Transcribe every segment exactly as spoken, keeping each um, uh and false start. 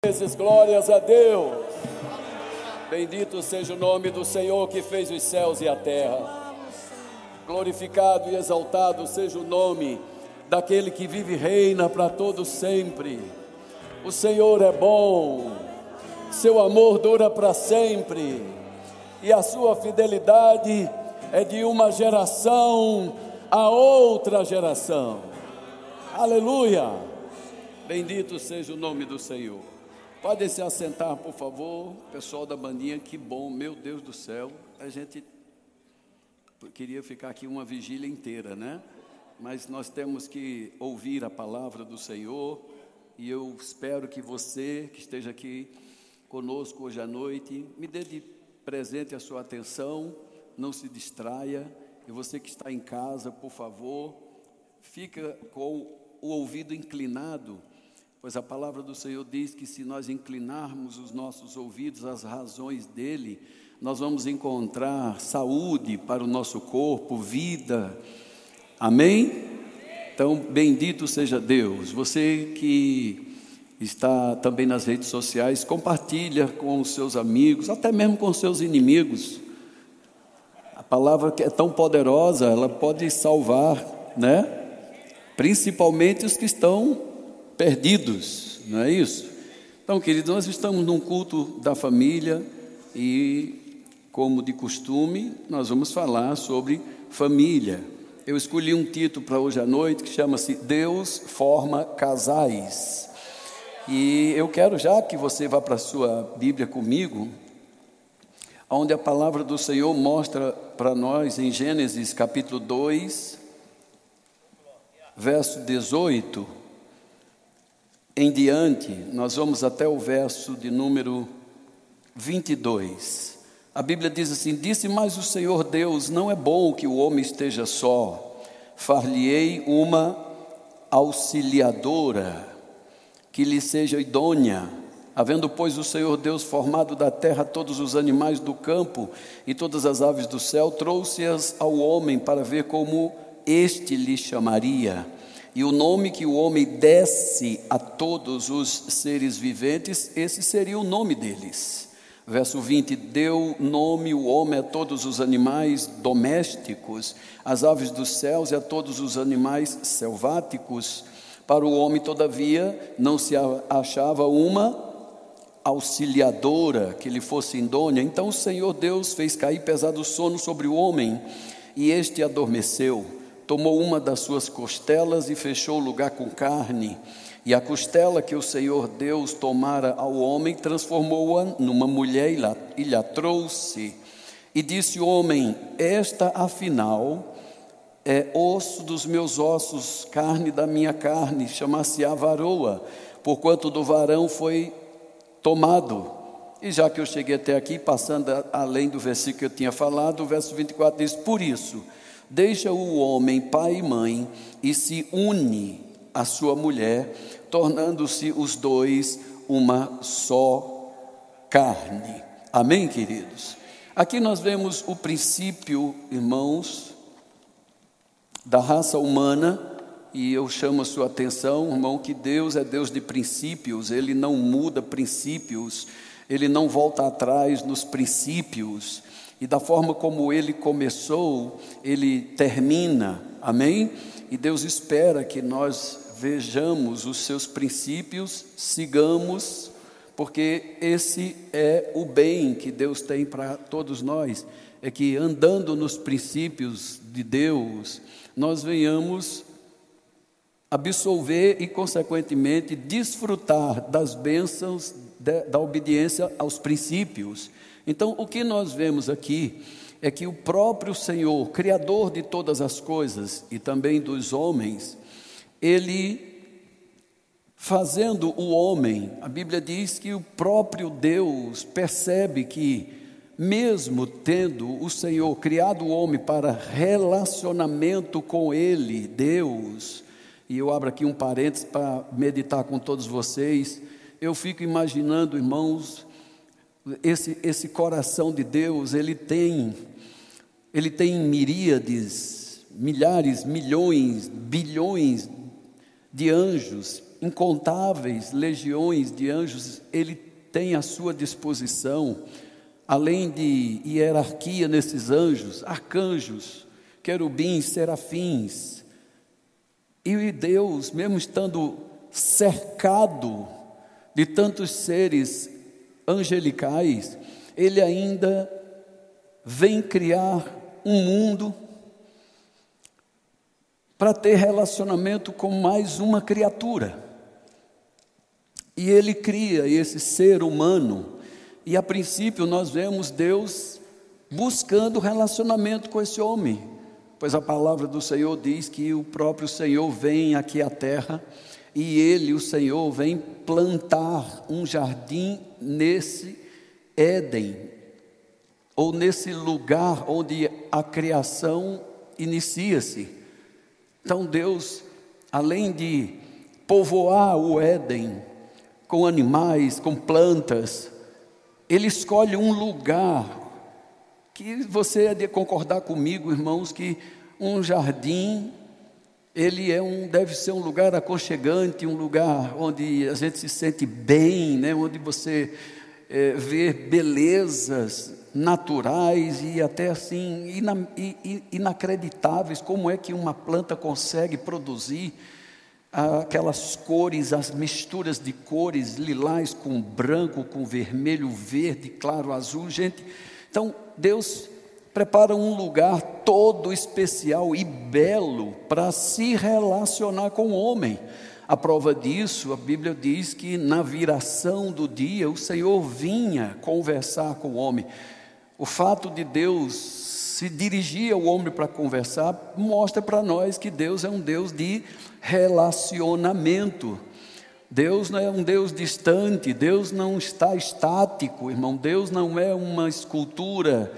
vezes, glórias a Deus. Bendito seja o nome do Senhor que fez os céus e a terra. Glorificado e exaltado seja o nome daquele que vive e reina para todo sempre. O Senhor é bom, seu amor dura para sempre, e a sua fidelidade é de uma geração a outra geração. Aleluia! Bendito seja o nome do Senhor. Pode se assentar, por favor, pessoal da bandinha. Que bom, meu Deus do céu. A gente queria ficar aqui uma vigília inteira, né? Mas nós temos que ouvir a palavra do Senhor. E eu espero que você que esteja aqui conosco hoje à noite me dê de presente a sua atenção, não se distraia. E você que está em casa, por favor, fica com o ouvido inclinado, pois a palavra do Senhor diz que se nós inclinarmos os nossos ouvidos às razões dEle, nós vamos encontrar saúde para o nosso corpo, vida. Amém? Então, bendito seja Deus. Você que está também nas redes sociais, compartilha com os seus amigos, até mesmo com os seus inimigos. A palavra que é tão poderosa, ela pode salvar, né? Principalmente os que estão perdidos, não é isso? Então, queridos, nós estamos num culto da família e, como de costume, nós vamos falar sobre família. Eu escolhi um título para hoje à noite que chama-se Deus Forma Casais. E eu quero já que você vá para a sua Bíblia comigo, onde a palavra do Senhor mostra para nós em Gênesis capítulo dois, verso dezoito, em diante, nós vamos até o verso de número vinte e dois. A Bíblia diz assim: disse mais o Senhor Deus, não é bom que o homem esteja só, far-lhe-ei uma auxiliadora, que lhe seja idônea. Havendo, pois, o Senhor Deus formado da terra todos os animais do campo e todas as aves do céu, trouxe-as ao homem para ver como este lhe chamaria. E o nome que o homem desse a todos os seres viventes, esse seria o nome deles. Verso vinte, deu nome o homem a todos os animais domésticos, às aves dos céus e a todos os animais selváticos. Para o homem, todavia, não se achava uma auxiliadora que lhe fosse idônea. Então o Senhor Deus fez cair pesado sono sobre o homem, e este adormeceu. Tomou uma das suas costelas e fechou o lugar com carne. E a costela que o Senhor Deus tomara ao homem, transformou-a numa mulher e lhe trouxe. E disse o homem: esta afinal é osso dos meus ossos, carne da minha carne, chamar-se-á varoa, porquanto do varão foi tomado. E já que eu cheguei até aqui, passando além do versículo que eu tinha falado, o verso vinte e quatro diz: por isso, deixa o homem pai e mãe e se une à sua mulher, tornando-se os dois uma só carne. Amém, queridos? Aqui nós vemos o princípio, irmãos, da raça humana, e eu chamo a sua atenção, irmão, que Deus é Deus de princípios. Ele não muda princípios, Ele não volta atrás nos princípios, e da forma como Ele começou, Ele termina, amém? E Deus espera que nós vejamos os seus princípios, sigamos, porque esse é o bem que Deus tem para todos nós, é que andando nos princípios de Deus, nós venhamos absolver e, consequentemente, desfrutar das bênçãos de, da obediência aos princípios. Então, o que nós vemos aqui é que o próprio Senhor, Criador de todas as coisas e também dos homens, Ele, fazendo o homem, a Bíblia diz que o próprio Deus percebe que, mesmo tendo o Senhor criado o homem para relacionamento com Ele, Deus, e eu abro aqui um parênteses para meditar com todos vocês, eu fico imaginando, irmãos, esse, esse coração de Deus, ele tem, ele tem miríades, milhares, milhões, bilhões de anjos, incontáveis legiões de anjos Ele tem à sua disposição, além de hierarquia nesses anjos, arcanjos, querubins, serafins. E Deus, mesmo estando cercado de tantos seres angelicais, Ele ainda vem criar um mundo para ter relacionamento com mais uma criatura. E Ele cria esse ser humano, e a princípio nós vemos Deus buscando relacionamento com esse homem, pois a palavra do Senhor diz que o próprio Senhor vem aqui à terra, e Ele, o Senhor, vem plantar um jardim nesse Éden, ou nesse lugar onde a criação inicia-se. Então Deus, além de povoar o Éden com animais, com plantas, Ele escolhe um lugar, que você é de concordar comigo, irmãos, que um jardim, ele é um, deve ser um lugar aconchegante, um lugar onde a gente se sente bem, né? Onde você é, vê belezas naturais e até assim ina, inacreditáveis. Como é que uma planta consegue produzir aquelas cores, as misturas de cores, lilás com branco, com vermelho, verde, claro, azul, gente. Então Deus prepara um lugar todo especial e belo para se relacionar com o homem. A prova disso, a Bíblia diz que na viração do dia o Senhor vinha conversar com o homem. O fato de Deus se dirigir ao homem para conversar mostra para nós que Deus é um Deus de relacionamento. Deus não é um Deus distante, Deus não está estático, irmão. Deus não é uma escultura,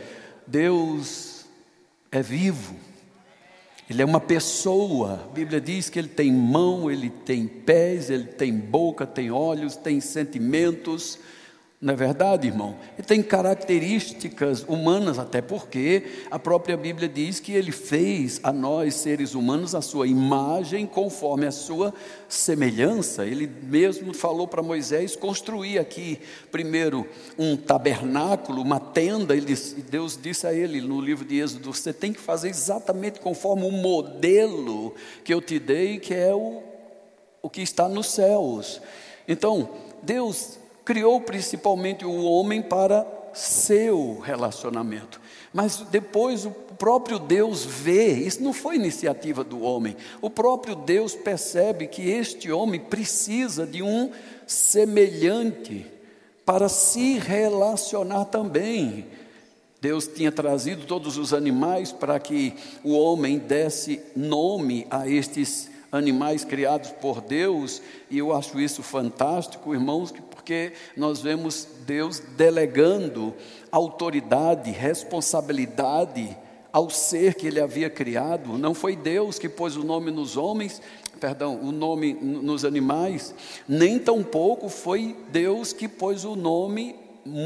Deus é vivo, Ele é uma pessoa. A Bíblia diz que Ele tem mão, Ele tem pés, Ele tem boca, tem olhos, tem sentimentos. Não é verdade, irmão? Ele tem características humanas, até porque a própria Bíblia diz que Ele fez a nós, seres humanos, a sua imagem, conforme a sua semelhança. Ele mesmo falou para Moisés construir aqui, primeiro, um tabernáculo, uma tenda. Ele disse, Deus disse a ele, no livro de Êxodo, você tem que fazer exatamente conforme o modelo que eu te dei, que é o, o que está nos céus. Então, Deus criou principalmente o homem para seu relacionamento, mas depois o próprio Deus vê, isso não foi iniciativa do homem, o próprio Deus percebe que este homem precisa de um semelhante para se relacionar também. Deus tinha trazido todos os animais para que o homem desse nome a estes animais criados por Deus, e eu acho isso fantástico, irmãos, porque nós vemos Deus delegando autoridade, responsabilidade ao ser que Ele havia criado. Não foi Deus que pôs o nome nos homens, perdão, o nome nos animais, nem tampouco foi Deus que pôs o nome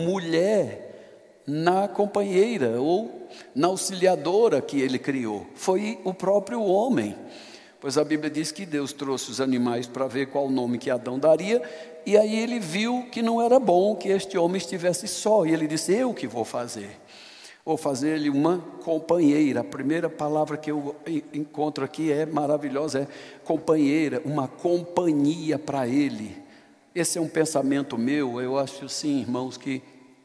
mulher na companheira ou na auxiliadora que Ele criou. Foi o próprio homem. Pois a Bíblia diz que Deus trouxe os animais para ver qual nome que Adão daria, e aí ele viu que não era bom que este homem estivesse só, e ele disse, eu que vou fazer, vou fazer-lhe uma companheira. A primeira palavra que eu encontro aqui é maravilhosa, é companheira, uma companhia para ele. Esse é um pensamento meu, eu acho sim, irmãos, que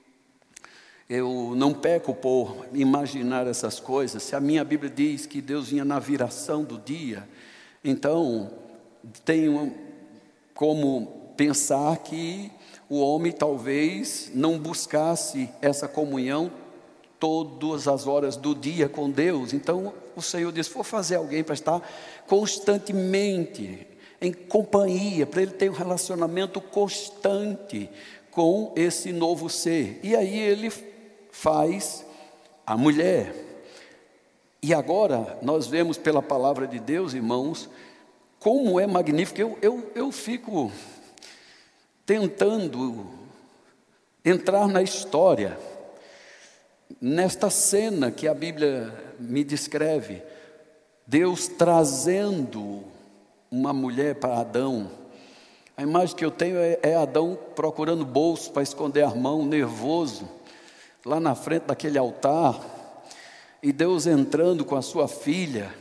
eu não peco por imaginar essas coisas. Se a minha Bíblia diz que Deus vinha na viração do dia, então tenho como pensar que o homem talvez não buscasse essa comunhão todas as horas do dia com Deus. Então o Senhor disse, vou fazer alguém para estar constantemente em companhia, para ele ter um relacionamento constante com esse novo ser. E aí ele faz a mulher. E agora nós vemos pela palavra de Deus, irmãos, como é magnífico. Eu, eu, eu fico tentando entrar na história, nesta cena que a Bíblia me descreve, Deus trazendo uma mulher para Adão, A imagem que eu tenho é, é Adão procurando bolso para esconder a mão, nervoso, lá na frente daquele altar, e Deus entrando com a sua filha,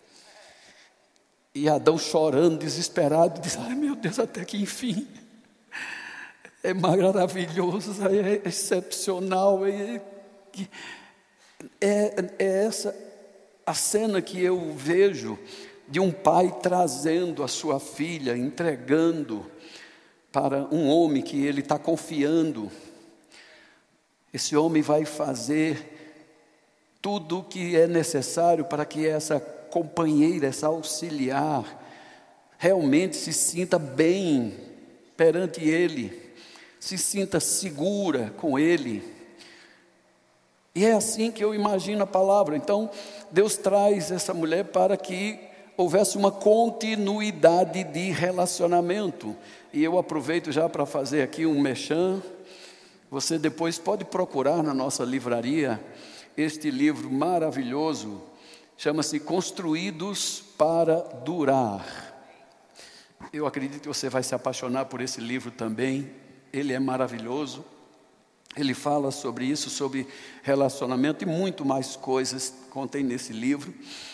e Adão chorando, desesperado, diz: ai meu Deus, até que enfim, é maravilhoso, é excepcional, é, é, é essa a cena que eu vejo, de um pai trazendo a sua filha, entregando para um homem que ele está confiando. Esse homem vai fazer tudo o que é necessário para que essa companheira, essa auxiliar, realmente se sinta bem perante ele, se sinta segura com ele. E é assim que eu imagino a palavra. Então, Deus traz essa mulher para que houvesse uma continuidade de relacionamento. E eu aproveito já para fazer aqui um merchan. Você depois pode procurar na nossa livraria este livro maravilhoso, chama-se Construídos para Durar. Eu acredito que você vai se apaixonar por esse livro também. Ele é maravilhoso. Ele fala sobre isso, sobre relacionamento e muito mais coisas contém nesse livro.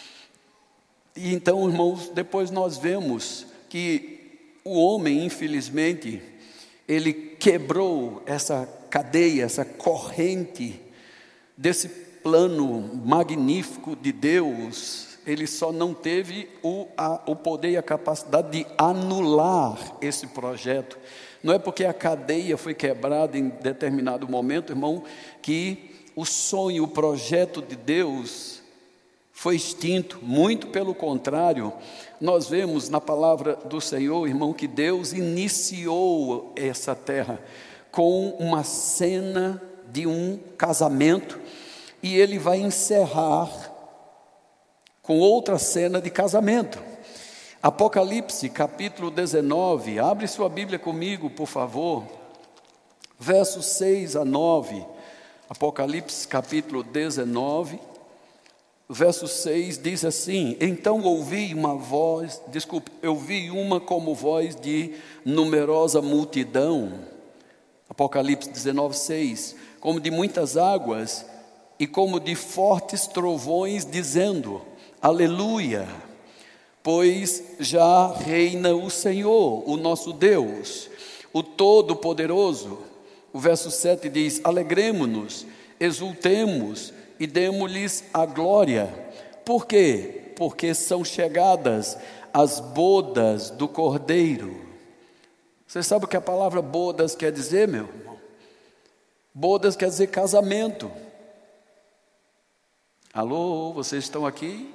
E então, irmãos, depois nós vemos que o homem, infelizmente, ele quebrou essa cadeia, essa corrente desse plano magnífico de Deus. Ele só não teve o, a, o poder e a capacidade de anular esse projeto. Não é porque a cadeia foi quebrada em determinado momento, irmão, que o sonho, o projeto de Deus foi extinto. Muito pelo contrário, nós vemos na palavra do Senhor, irmão, que Deus iniciou essa terra com uma cena de um casamento, e Ele vai encerrar com outra cena de casamento. Apocalipse, capítulo dezenove, abre sua Bíblia comigo, por favor, versos seis a nove, Apocalipse, capítulo dezenove, verso seis, diz assim: então ouvi uma voz, desculpe, eu vi uma como voz de numerosa multidão, Apocalipse dezenove, seis, como de muitas águas, e como de fortes trovões, dizendo: aleluia, pois já reina o Senhor, o nosso Deus, o Todo-Poderoso. O verso sete diz: alegremo-nos, exultemos e demo-lhes a glória. Por quê? Porque são chegadas as bodas do Cordeiro. Você sabe o que a palavra bodas quer dizer, meu irmão? Bodas quer dizer casamento. Alô, vocês estão aqui?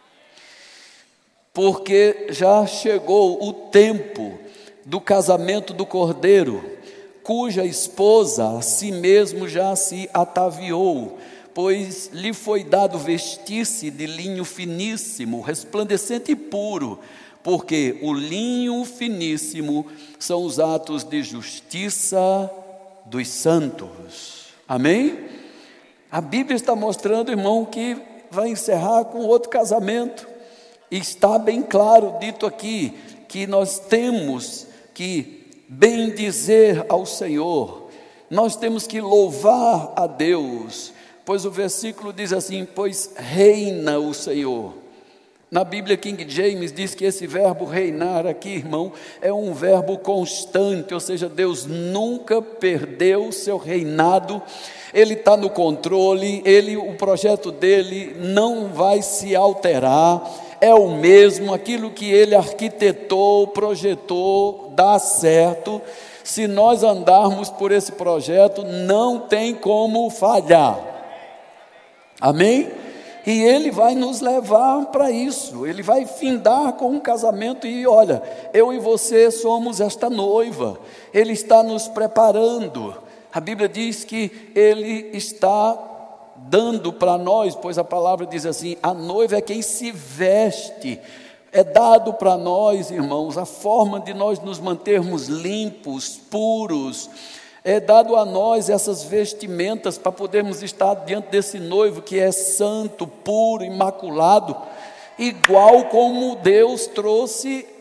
Porque já chegou o tempo do casamento do Cordeiro, cuja esposa a si mesmo já se ataviou, pois lhe foi dado vestir-se de linho finíssimo, resplandecente e puro, porque o linho finíssimo são os atos de justiça dos santos. Amém? A Bíblia está mostrando, irmão, que vai encerrar com outro casamento. E está bem claro, dito aqui, que nós temos que bendizer ao Senhor. Nós temos que louvar a Deus. Pois o versículo diz assim: pois reina o Senhor. Na Bíblia King James diz que esse verbo reinar aqui, irmão, é um verbo constante, ou seja, Deus nunca perdeu o seu reinado. Ele está no controle, ele, o projeto dele não vai se alterar, é o mesmo, aquilo que ele arquitetou, projetou, dá certo. Se nós andarmos por esse projeto, não tem como falhar. Amém? E Ele vai nos levar para isso. Ele vai findar com um casamento. E olha, eu e você somos esta noiva. Ele está nos preparando. A Bíblia diz que Ele está dando para nós, pois a palavra diz assim: a noiva é quem se veste. É dado para nós, irmãos, a forma de nós nos mantermos limpos, puros. É dado a nós essas vestimentas para podermos estar diante desse noivo que é santo, puro, imaculado, igual como Deus trouxe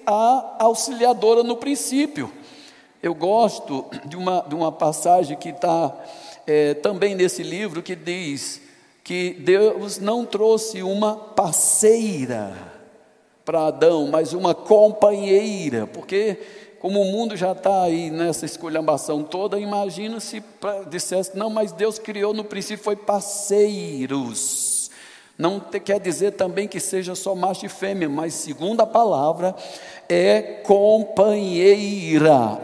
a auxiliadora no princípio. Eu gosto de uma, de uma passagem que está é, também nesse livro, que diz que Deus não trouxe uma parceira para Adão, mas uma companheira, porque como o mundo já está aí nessa esculhambação toda, imagina se dissesse, não, mas Deus criou no princípio, foi parceiros. Não te, quer dizer também que seja só macho e fêmea, mas segundo a palavra, é companheira,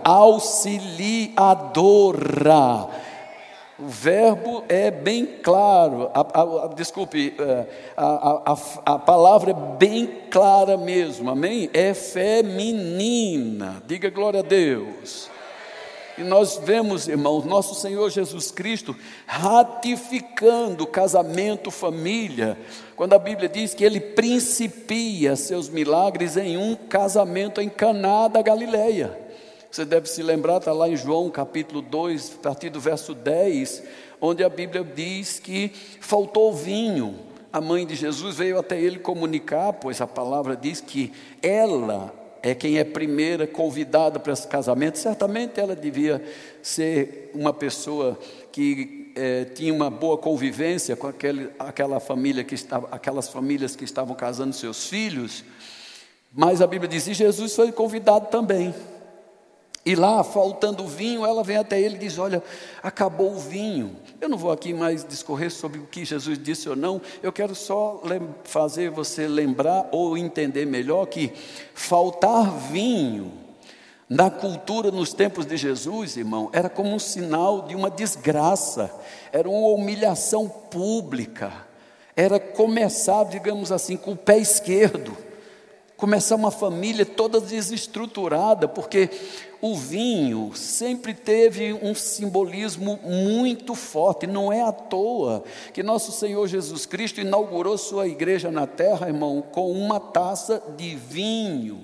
auxiliadora. O verbo é bem claro, a, a, a, desculpe, a, a, a palavra é bem clara mesmo, amém? É feminina, diga glória a Deus. E nós vemos, irmãos, nosso Senhor Jesus Cristo ratificando casamento, família, quando a Bíblia diz que Ele principia seus milagres em um casamento em Caná da Galileia. Você deve se lembrar, está lá em João capítulo dois, a partir do verso dez, onde a Bíblia diz que faltou vinho. A mãe de Jesus veio até ele comunicar, pois a palavra diz que ela é quem é primeira convidada para esse casamento. Certamente ela devia ser uma pessoa que é, tinha uma boa convivência com aquele, aquela família que estava, aquelas famílias que estavam casando seus filhos. Mas a Bíblia diz que Jesus foi convidado também. E lá, faltando vinho, ela vem até ele e diz, olha, acabou o vinho. Eu não vou aqui mais discorrer sobre o que Jesus disse ou não, eu quero só fazer você lembrar ou entender melhor que faltar vinho, na cultura, nos tempos de Jesus, irmão, era como um sinal de uma desgraça, era uma humilhação pública, era começar, digamos assim, com o pé esquerdo, começar uma família toda desestruturada, porque o vinho sempre teve um simbolismo muito forte. Não é à toa que nosso Senhor Jesus Cristo inaugurou sua igreja na terra, irmão, com uma taça de vinho.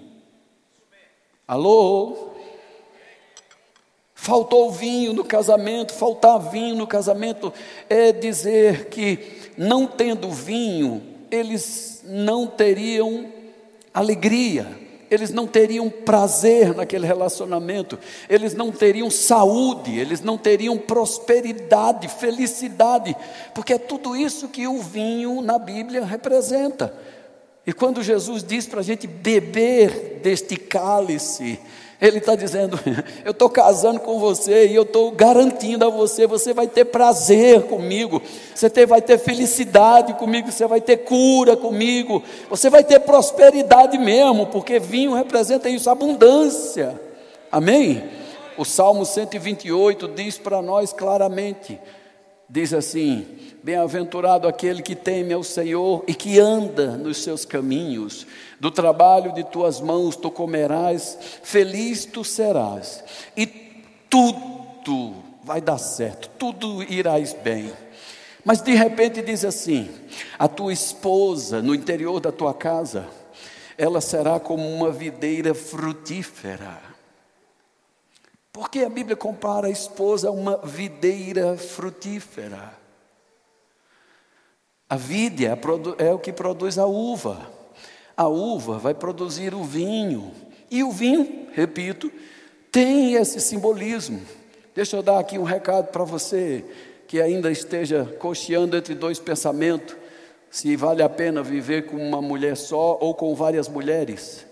Alô? Faltou vinho no casamento. Faltar vinho no casamento é dizer que, não tendo vinho, eles não teriam alegria, eles não teriam prazer naquele relacionamento, eles não teriam saúde, eles não teriam prosperidade, felicidade, porque é tudo isso que o vinho na Bíblia representa. E quando Jesus diz para a gente beber deste cálice, Ele está dizendo, eu estou casando com você e eu estou garantindo a você, você vai ter prazer comigo, você ter, vai ter felicidade comigo, você vai ter cura comigo, você vai ter prosperidade mesmo, porque vinho representa isso, abundância, amém? O Salmo cento e vinte e oito diz para nós claramente, diz assim, bem-aventurado aquele que teme ao Senhor e que anda nos seus caminhos, do trabalho de tuas mãos tu comerás, feliz tu serás, e tudo vai dar certo, tudo irás bem. Mas de repente diz assim, a tua esposa no interior da tua casa, ela será como uma videira frutífera. Porque a Bíblia compara a esposa a uma videira frutífera. A vide é o que produz a uva. A uva vai produzir o vinho. E o vinho, repito, tem esse simbolismo. Deixa eu dar aqui um recado para você que ainda esteja cocheando entre dois pensamentos, se vale a pena viver com uma mulher só ou com várias mulheres.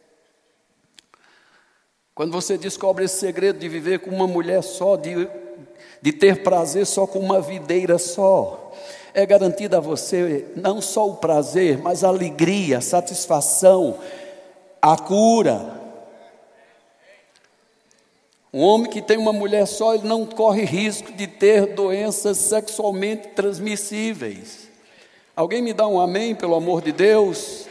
Quando você descobre esse segredo de viver com uma mulher só, de, de ter prazer só com uma videira só, é garantido a você não só o prazer, mas a alegria, a satisfação, a cura. Um homem que tem uma mulher só, ele não corre risco de ter doenças sexualmente transmissíveis. Alguém me dá um amém, pelo amor de Deus?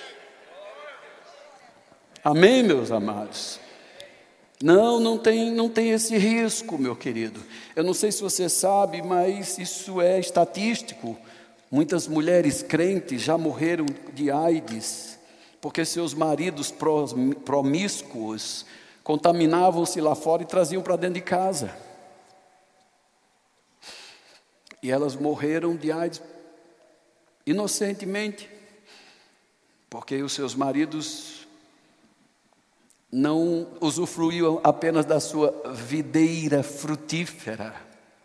Amém, meus amados? Não, não tem, não tem esse risco, meu querido. Eu não sei se você sabe, mas isso é estatístico. Muitas mulheres crentes já morreram de AIDS, porque seus maridos promíscuos contaminavam-se lá fora e traziam para dentro de casa. E elas morreram de AIDS inocentemente, porque os seus maridos não usufruiu apenas da sua videira frutífera.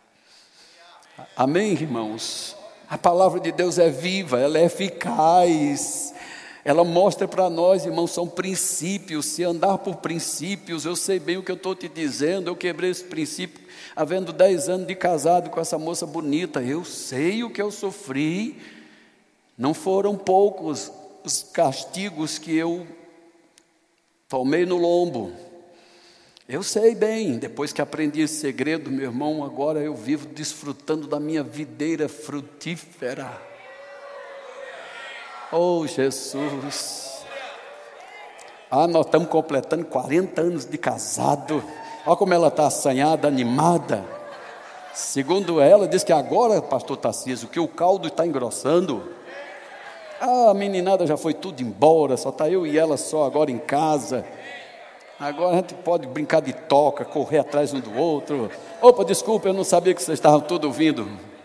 Amém, irmãos? A palavra de Deus é viva, ela é eficaz, ela mostra para nós, irmãos, são princípios. Se andar por princípios, eu sei bem o que eu estou te dizendo. Eu quebrei esse princípio, havendo dez anos de casado com essa moça bonita. Eu sei o que eu sofri, não foram poucos os castigos que eu tomei no lombo. Eu sei bem, depois que aprendi esse segredo, meu irmão, agora eu vivo desfrutando da minha videira frutífera. Oh, Jesus! Ah, nós estamos completando quarenta anos de casado. Olha como ela está assanhada, animada. Segundo ela, diz que agora, pastor Tarcísio, que o caldo está engrossando. Ah, a meninada já foi tudo embora, só está eu e ela só agora em casa. Agora a gente pode brincar de toca, correr atrás um do outro. Opa, desculpa, eu não sabia que vocês estavam tudo ouvindo.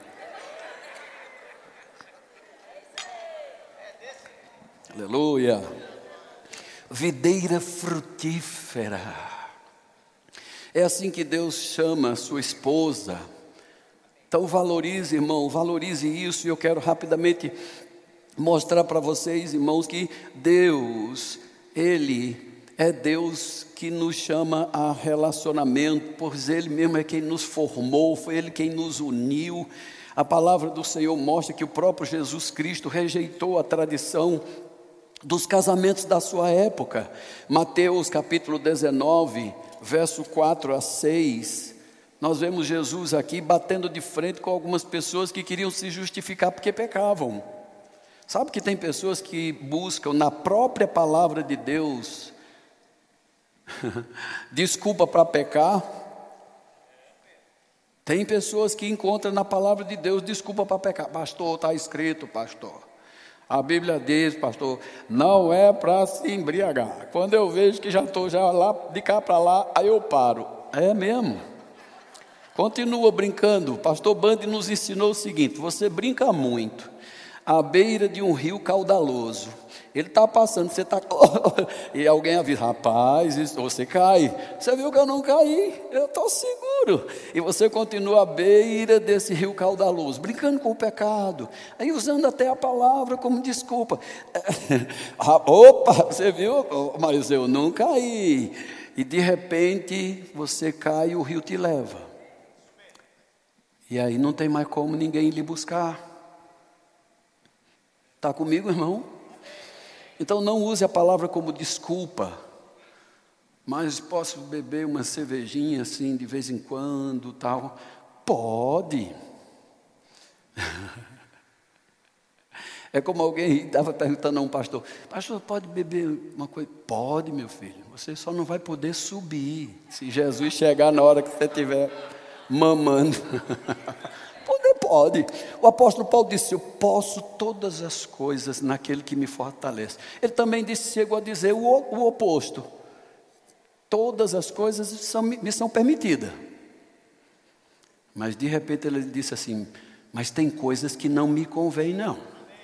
Aleluia. Videira frutífera. É assim que Deus chama a sua esposa. Então valorize, irmão, valorize isso. E eu quero rapidamente mostrar para vocês, irmãos, que Deus, Ele é Deus que nos chama a relacionamento, pois Ele mesmo é quem nos formou, foi Ele quem nos uniu. A palavra do Senhor mostra que o próprio Jesus Cristo rejeitou a tradição dos casamentos da sua época. Mateus capítulo dezenove, verso quatro a seis, nós vemos Jesus aqui batendo de frente com algumas pessoas que queriam se justificar porque pecavam. Sabe que tem pessoas que buscam na própria palavra de Deus desculpa para pecar? Tem pessoas que encontram na palavra de Deus desculpa para pecar. Pastor, está escrito, pastor. A Bíblia diz, pastor, não é para se embriagar. Quando eu vejo que já estou já lá, de cá para lá, aí eu paro. É mesmo. Continua brincando. O pastor Bandi nos ensinou o seguinte: você brinca muito à beira de um rio caudaloso. Ele está passando, você está... e alguém avisa, rapaz, isso, você cai. Você viu que eu não caí, eu estou seguro. E você continua à beira desse rio caudaloso, brincando com o pecado, aí usando até a palavra como desculpa. Opa, você viu? Mas eu não caí. E de repente você cai e o rio te leva. E aí não tem mais como ninguém lhe buscar. Está comigo, irmão? Então não use a palavra como desculpa. Mas posso beber uma cervejinha assim de vez em quando, tal? Pode. É como alguém estava perguntando a um pastor: pastor, pode beber uma coisa? Pode, meu filho. Você só não vai poder subir se Jesus chegar na hora que você estiver mamando. Poder pode. O apóstolo Paulo disse: eu posso todas as coisas naquele que me fortalece. Ele também disse, chegou a dizer o, o oposto: todas as coisas são, me são permitidas. Mas de repente ele disse assim: mas tem coisas que não me convém, não.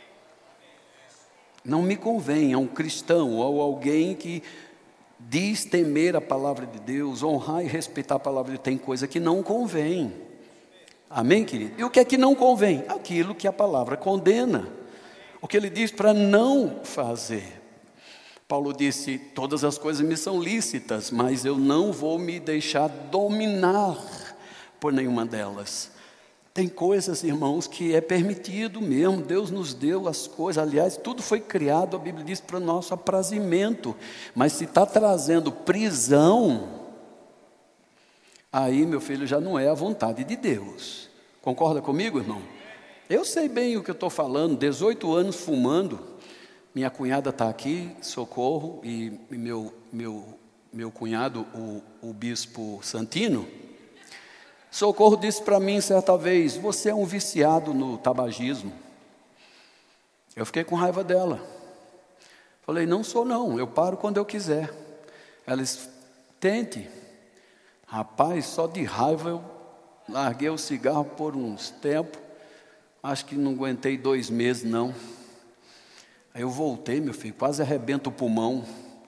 Não me convém a um cristão ou alguém que diz temer a palavra de Deus, honrar e respeitar a palavra de Deus. Tem coisa que não convém. Amém, querido? E o que é que não convém? Aquilo que a palavra condena. O que ele diz para não fazer. Paulo disse: todas as coisas me são lícitas, mas eu não vou me deixar dominar por nenhuma delas. Tem coisas, irmãos, que é permitido mesmo. Deus nos deu as coisas. Aliás, tudo foi criado, a Bíblia diz, para o nosso aprazimento. Mas se está trazendo prisão, aí, meu filho, já não é a vontade de Deus. Concorda comigo, irmão? Eu sei bem o que eu estou falando. dezoito anos fumando. Minha cunhada está aqui, Socorro, e meu, meu, meu cunhado, o, o bispo Santino. Socorro disse para mim certa vez: você é um viciado no tabagismo. Eu fiquei com raiva dela. Falei: não sou não, eu paro quando eu quiser. Ela disse: tente. Rapaz, só de raiva eu larguei o cigarro por uns tempos. Acho que não aguentei dois meses, não. Aí eu voltei, meu filho, quase arrebento o pulmão.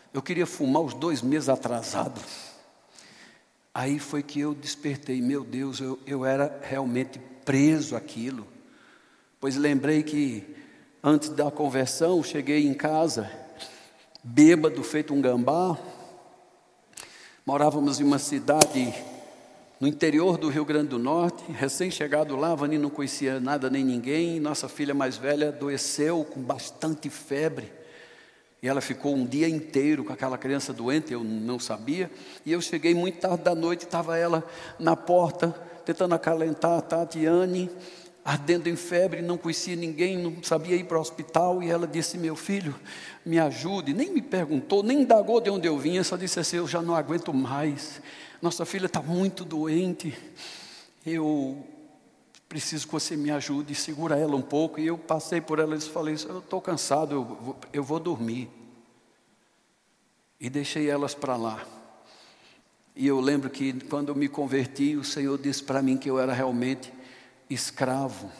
Eu queria fumar os dois meses atrasado. Aí foi que eu despertei, meu Deus, eu, eu era realmente preso àquilo. Pois lembrei que antes da conversão, cheguei em casa, bêbado, feito um gambá. Morávamos em uma cidade no interior do Rio Grande do Norte, recém-chegado lá, a Vani não conhecia nada nem ninguém. Nossa filha mais velha adoeceu com bastante febre. E ela ficou um dia inteiro com aquela criança doente, eu não sabia. E eu cheguei muito tarde da noite, estava ela na porta, tentando acalentar a Tatiane, ardendo em febre, não conhecia ninguém, não sabia ir para o hospital. E ela disse, meu filho, me ajude. Nem me perguntou, nem indagou de onde eu vinha, só disse assim, eu já não aguento mais. Nossa filha está muito doente, eu preciso que você me ajude, segura ela um pouco. E eu passei por ela e falei, eu estou cansado, eu vou, eu vou dormir. E deixei elas para lá. E eu lembro que quando eu me converti, o Senhor disse para mim que eu era realmente escravo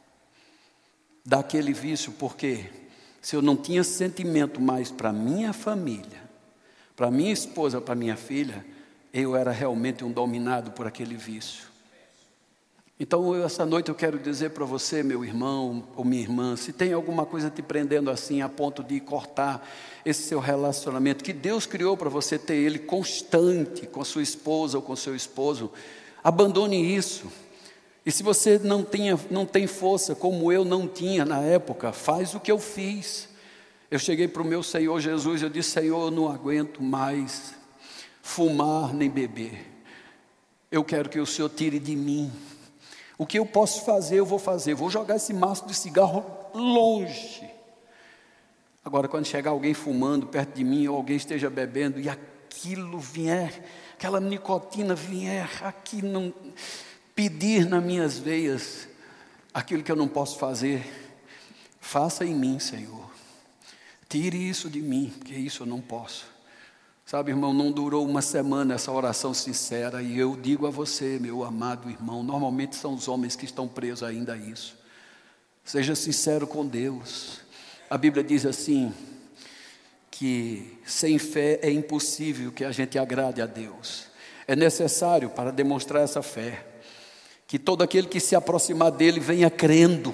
daquele vício, porque se eu não tinha sentimento mais para minha família, para minha esposa, para minha filha, eu era realmente um dominado por aquele vício. Então, eu, essa noite eu quero dizer para você, meu irmão ou minha irmã, se tem alguma coisa te prendendo assim, a ponto de cortar esse seu relacionamento, que Deus criou para você ter ele constante com a sua esposa ou com o seu esposo, abandone isso. E se você não, tenha, não tem força, como eu não tinha na época, faz o que eu fiz. Eu cheguei para o meu Senhor Jesus, eu disse, Senhor, eu não aguento mais fumar nem beber. Eu quero que o Senhor tire de mim. O que eu posso fazer, eu vou fazer. Vou jogar esse maço de cigarro longe. Agora, quando chegar alguém fumando perto de mim, ou alguém esteja bebendo, e aquilo vier, aquela nicotina vier aqui, não, pedir nas minhas veias, aquilo que eu não posso fazer, faça em mim, Senhor. Tire isso de mim, porque isso eu não posso. Sabe, irmão, não durou uma semana essa oração sincera. E eu digo a você, meu amado irmão, normalmente são os homens que estão presos ainda a isso. Seja sincero com Deus. A Bíblia diz assim, que sem fé é impossível que a gente agrade a Deus. É necessário, para demonstrar essa fé, que todo aquele que se aproximar dele venha crendo.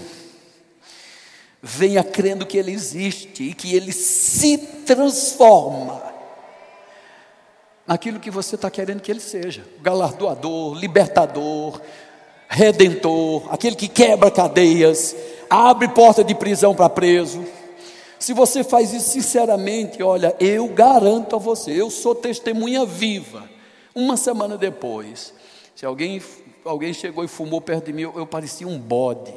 Venha crendo que ele existe e que ele se transforma naquilo que você está querendo que ele seja. Galardoador, libertador, redentor, aquele que quebra cadeias, abre porta de prisão para preso. Se você faz isso sinceramente, olha, eu garanto a você, eu sou testemunha viva. Uma semana depois, se alguém, alguém chegou e fumou perto de mim, eu, eu parecia um bode.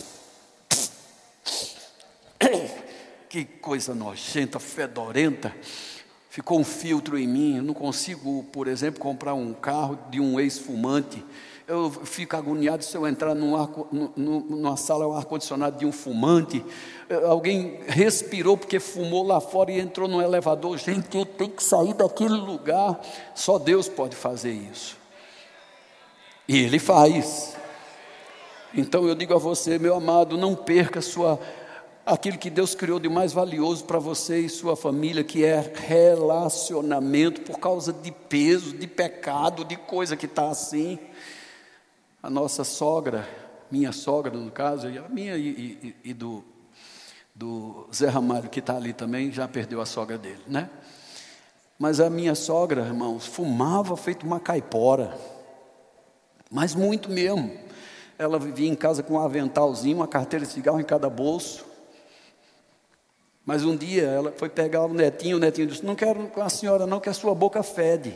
Que coisa nojenta, fedorenta. Ficou um filtro em mim, eu não consigo, por exemplo, comprar um carro de um ex-fumante. Eu fico agoniado se eu entrar num ar, num, numa sala, um ar-condicionado de um fumante. Alguém respirou porque fumou lá fora e entrou no elevador. Gente, eu tenho que sair daquele lugar. Só Deus pode fazer isso. E Ele faz. Então eu digo a você, meu amado, não perca sua... aquilo que Deus criou de mais valioso para você e sua família, que é relacionamento, por causa de peso, de pecado, de coisa que está assim. A nossa sogra, minha sogra no caso, a minha e, e, e do, do Zé Ramalho, que está ali também, já perdeu a sogra dele, né? Mas a minha sogra, irmãos, fumava feito uma caipora, mas muito mesmo. Ela vivia em casa com um aventalzinho, uma carteira de cigarro em cada bolso. Mas um dia ela foi pegar o netinho, o netinho disse, não quero com a senhora não, que a sua boca fede.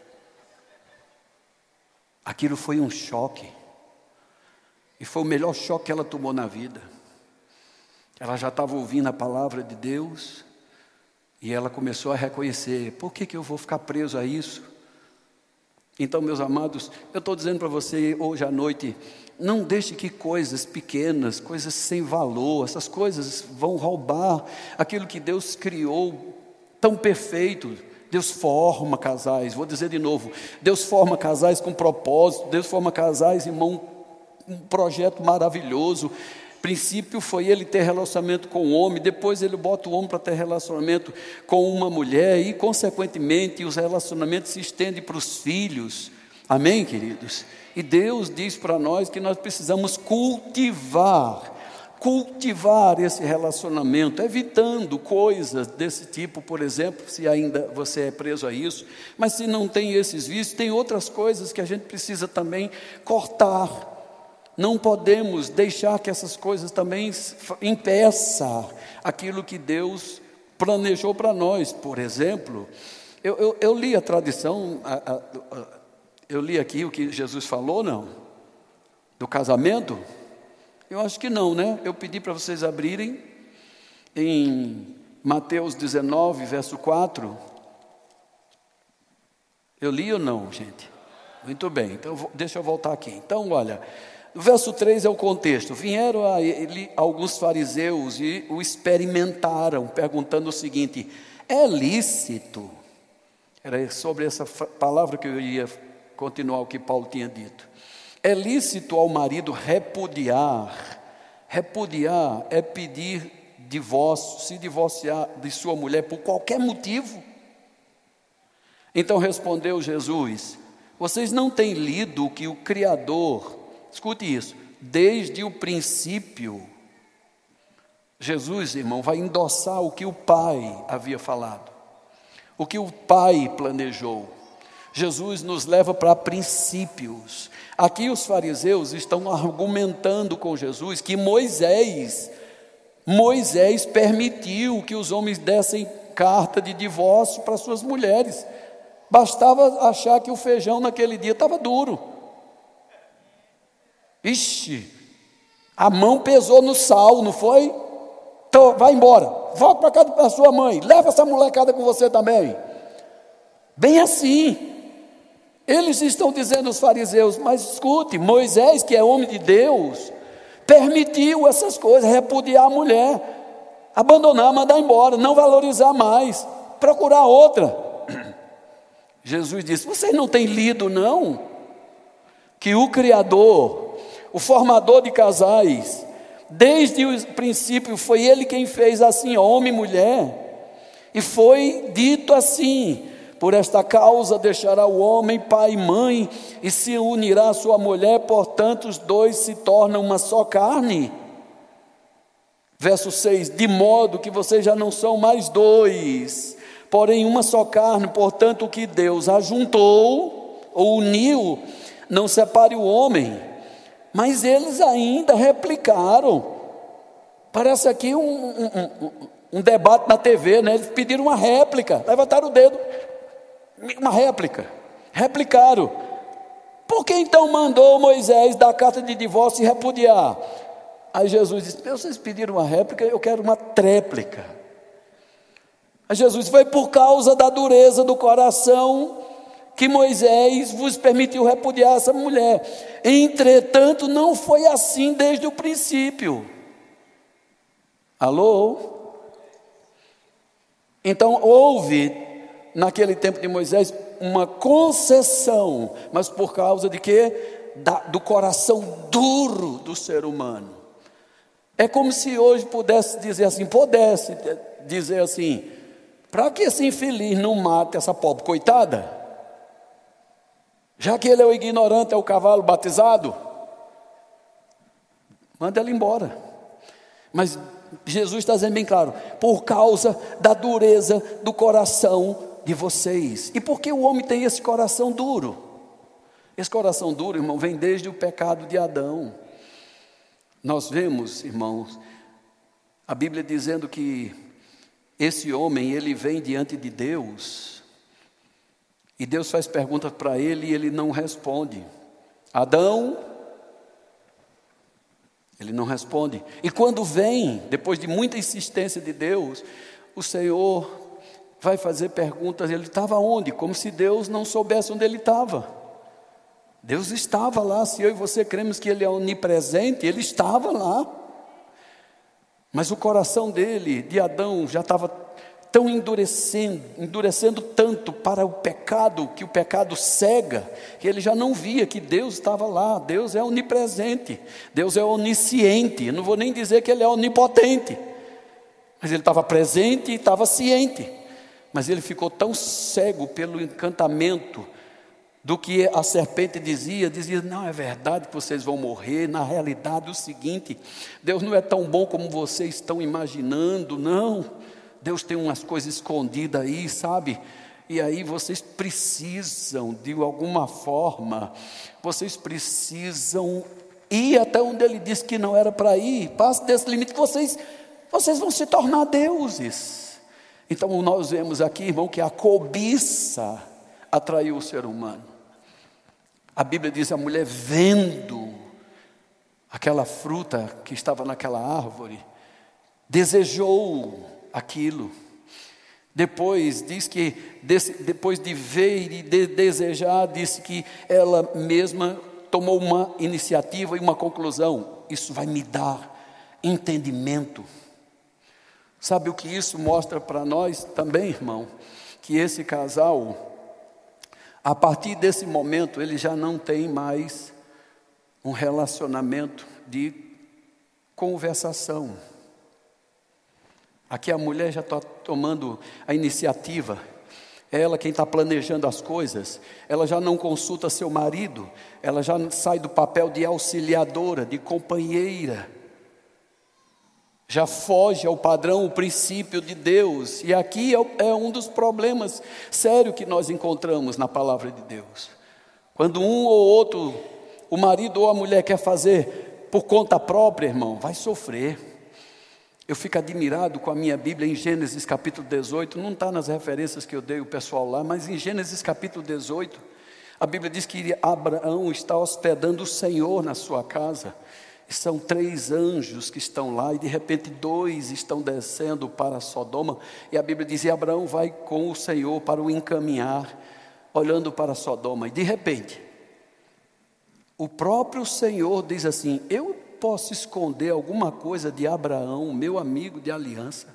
Aquilo foi um choque. E foi o melhor choque que ela tomou na vida. Ela já estava ouvindo a palavra de Deus, e ela começou a reconhecer, por que, que eu vou ficar preso a isso? Então, meus amados, eu estou dizendo para você hoje à noite, não deixe que coisas pequenas, coisas sem valor, essas coisas vão roubar aquilo que Deus criou tão perfeito. Deus forma casais, vou dizer de novo, Deus forma casais com propósito, Deus forma casais, irmão, um projeto maravilhoso. princípio foi ele ter relacionamento com o homem, depois ele bota o homem para ter relacionamento com uma mulher, e consequentemente os relacionamentos se estendem para os filhos. Amém, queridos? E Deus diz para nós que nós precisamos cultivar, cultivar esse relacionamento, evitando coisas desse tipo, por exemplo, se ainda você é preso a isso, mas se não tem esses vícios, tem outras coisas que a gente precisa também cortar. Não podemos deixar que essas coisas também impeçam aquilo que Deus planejou para nós. Por exemplo, eu, eu, eu li a tradição, a, a, a, eu li aqui o que Jesus falou, não? Do casamento? Eu acho que não, né? Eu pedi para vocês abrirem em Mateus dezenove, verso quatro. Eu li ou não, gente? Muito bem, então deixa eu voltar aqui. Então, olha, o verso três é o contexto. Vieram a ele alguns fariseus e o experimentaram, perguntando o seguinte: é lícito? Era sobre essa palavra que eu ia continuar o que Paulo tinha dito. É lícito ao marido repudiar? Repudiar é pedir divórcio, se divorciar de sua mulher por qualquer motivo? Então respondeu Jesus: vocês não têm lido que o Criador, escute isso, desde o princípio, Jesus, irmão, vai endossar o que o Pai havia falado, o que o Pai planejou. Jesus nos leva para princípios. Aqui os fariseus estão argumentando com Jesus que Moisés, Moisés permitiu que os homens dessem carta de divórcio para suas mulheres. Bastava achar que o feijão naquele dia estava duro. Ixi, a mão pesou no sal, não foi? Então, vai embora, volta para casa da sua mãe, leva essa molecada com você também. Bem assim. Eles estão dizendo, os fariseus, mas escute, Moisés, que é homem de Deus, permitiu essas coisas, repudiar a mulher, abandonar, mandar embora, não valorizar mais, procurar outra. Jesus disse: vocês não têm lido não? Que o Criador, o formador de casais, desde o princípio foi Ele quem fez assim, homem e mulher, e foi dito assim: por esta causa deixará o homem pai e mãe, e se unirá à sua mulher, portanto os dois se tornam uma só carne. Verso seis, de modo que vocês já não são mais dois, porém uma só carne, portanto o que Deus ajuntou, ou uniu, não separe o homem. Mas eles ainda replicaram, parece aqui um, um, um, um debate na T V, né? Eles pediram uma réplica, levantaram o dedo, uma réplica, replicaram. Por que então mandou Moisés dar carta de divórcio e repudiar? Aí Jesus disse: vocês pediram uma réplica, eu quero uma tréplica. Aí Jesus disse: foi por causa da dureza do coração que Moisés vos permitiu repudiar essa mulher. Entretanto, não foi assim desde o princípio. Alô? Então houve, naquele tempo de Moisés, uma concessão, mas por causa de quê? Da, do coração duro do ser humano. É como se hoje pudesse dizer assim, pudesse dizer assim: para que esse infeliz não mate essa pobre coitada? Já que ele é o ignorante, é o cavalo batizado, manda ela embora. Mas Jesus está dizendo bem claro: por causa da dureza do coração de vocês. E por que o homem tem esse coração duro? Esse coração duro, irmão, vem desde o pecado de Adão. Nós vemos, irmãos, a Bíblia dizendo que esse homem, ele vem diante de Deus, e Deus faz perguntas para ele e ele não responde. Adão, ele não responde. E quando vem, depois de muita insistência de Deus, o Senhor vai fazer perguntas. Ele estava onde? Como se Deus não soubesse onde ele estava. Deus estava lá. Se eu e você cremos que Ele é onipresente, Ele estava lá. Mas o coração dele, de Adão, já estava tão endurecendo, endurecendo tanto para o pecado, que o pecado cega, que ele já não via que Deus estava lá. Deus é onipresente, Deus é onisciente. Eu não vou nem dizer que ele é onipotente, mas ele estava presente e estava ciente. Mas ele ficou tão cego pelo encantamento do que a serpente dizia, dizia, não, é verdade que vocês vão morrer. Na realidade, o seguinte, Deus não é tão bom como vocês estão imaginando, não. Deus tem umas coisas escondidas aí, sabe? E aí vocês precisam, de alguma forma, vocês precisam ir até onde ele disse que não era para ir. Passe desse limite que vocês, vocês vão se tornar deuses. Então nós vemos aqui, irmão, que a cobiça atraiu o ser humano. A Bíblia diz, a mulher vendo aquela fruta que estava naquela árvore, desejou aquilo. Depois diz que, depois de ver e de desejar, disse que ela mesma tomou uma iniciativa e uma conclusão. Isso vai me dar entendimento. Sabe o que isso mostra para nós também, irmão? Que esse casal, a partir desse momento, ele já não tem mais um relacionamento de conversação. Aqui a mulher já está tomando a iniciativa, é ela quem está planejando as coisas, ela já não consulta seu marido, ela já sai do papel de auxiliadora, de companheira, já foge ao padrão, o princípio de Deus. E aqui é um dos problemas sérios que nós encontramos na palavra de Deus. Quando um ou outro, o marido ou a mulher quer fazer por conta própria, irmão, vai sofrer. Eu fico admirado com a minha Bíblia em Gênesis capítulo dezoito, não está nas referências que eu dei o pessoal lá, mas em Gênesis capítulo dezoito, a Bíblia diz que Abraão está hospedando o Senhor na sua casa. São três anjos que estão lá, e de repente dois estão descendo para Sodoma, e a Bíblia diz, e Abraão vai com o Senhor para o encaminhar, olhando para Sodoma, e de repente, o próprio Senhor diz assim, eu posso esconder alguma coisa de Abraão, meu amigo de aliança?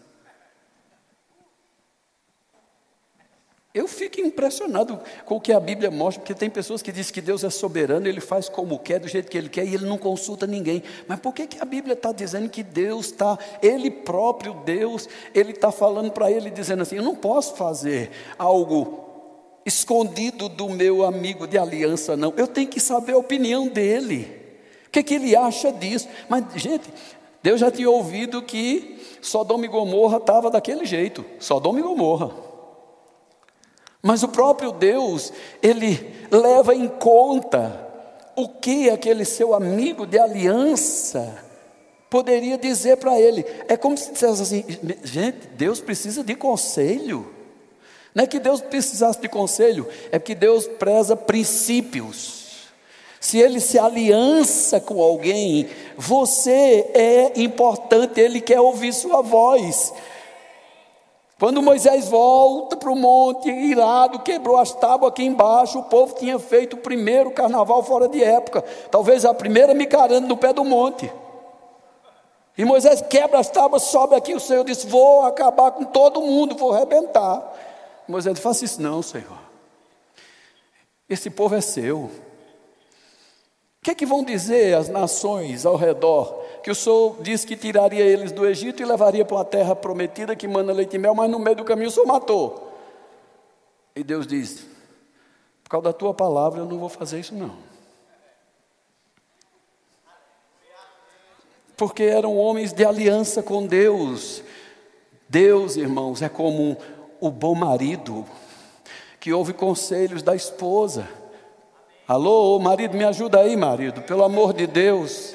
Eu fico impressionado com o que a Bíblia mostra, porque tem pessoas que dizem que Deus é soberano, Ele faz como quer, do jeito que Ele quer, e Ele não consulta ninguém. Mas por que, que a Bíblia está dizendo que Deus está, Ele próprio Deus, Ele está falando para Ele, dizendo assim, eu não posso fazer algo escondido do meu amigo de aliança, não. Eu tenho que saber a opinião dele, o que, que ele acha disso. Mas, gente, Deus já tinha ouvido que Sodoma e Gomorra estava daquele jeito, Sodoma e Gomorra. Mas o próprio Deus, Ele leva em conta o que aquele seu amigo de aliança poderia dizer para ele. É como se dissesse assim, gente, Deus precisa de conselho. Não é que Deus precisasse de conselho, é porque Deus preza princípios. Se Ele se aliança com alguém, você é importante, Ele quer ouvir sua voz. Quando Moisés volta para o monte, irado, quebrou as tábuas aqui embaixo, o povo tinha feito o primeiro carnaval fora de época, talvez a primeira micaranda no pé do monte. E Moisés quebra as tábuas, sobe aqui, o Senhor disse, vou acabar com todo mundo, vou arrebentar. Moisés disse, faça isso não, Senhor. Esse povo é seu. O que é que vão dizer as nações ao redor? Que o Senhor disse que tiraria eles do Egito e levaria para uma terra prometida que manda leite e mel, mas no meio do caminho o Senhor matou. E Deus diz, por causa da tua palavra eu não vou fazer isso não. Porque eram homens de aliança com Deus. Deus, irmãos, é como o bom marido que ouve conselhos da esposa. Alô, marido, me ajuda aí, marido, pelo amor de Deus.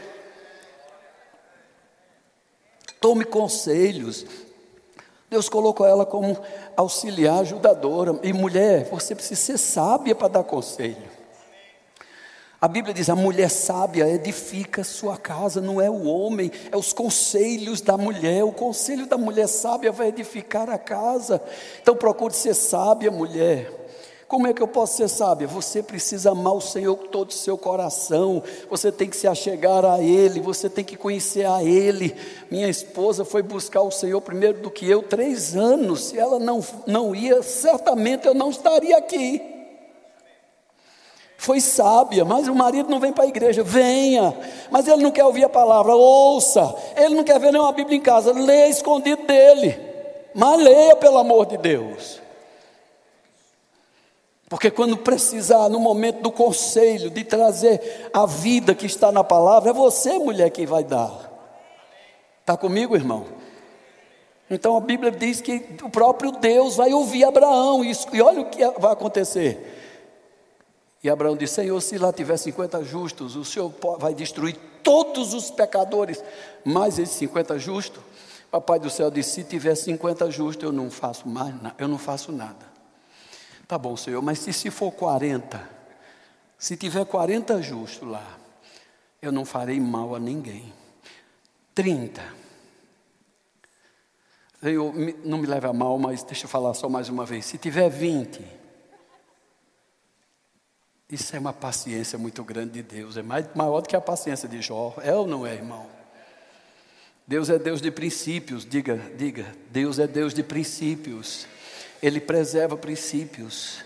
Tome conselhos. Deus colocou ela como auxiliar, ajudadora. E mulher, você precisa ser sábia para dar conselho. A Bíblia diz, a mulher sábia edifica sua casa, não é o homem, é os conselhos da mulher. O conselho da mulher sábia vai edificar a casa. Então procure ser sábia, mulher. Como é que eu posso ser sábia? Você precisa amar o Senhor com todo o seu coração, você tem que se achegar a Ele, você tem que conhecer a Ele. Minha esposa foi buscar o Senhor primeiro do que eu, três anos, se ela não, não ia, certamente eu não estaria aqui. Foi sábia, mas o marido não vem para a igreja, venha, mas ele não quer ouvir a palavra, ouça, ele não quer ver nenhuma Bíblia em casa, leia escondido dele, mas leia pelo amor de Deus. Porque quando precisar, no momento do conselho, de trazer a vida que está na palavra, é você, mulher, quem vai dar. Está comigo, irmão? Então a Bíblia diz que o próprio Deus vai ouvir Abraão, e olha o que vai acontecer. E Abraão disse: Senhor, se lá tiver cinquenta justos, o Senhor vai destruir todos os pecadores, mas esses cinquenta justos. Papai do céu disse: se tiver cinquenta justos, eu não faço mais nada, eu não faço nada. Tá bom, Senhor, mas se, se for quarenta, se tiver quarenta justos lá, eu não farei mal a ninguém. trinta. Senhor, não me leve a mal, mas deixa eu falar só mais uma vez. Se tiver vinte, isso é uma paciência muito grande de Deus, é mais, maior do que a paciência de Jó, é ou não é, irmão? Deus é Deus de princípios, diga, diga, Deus é Deus de princípios. Ele preserva princípios.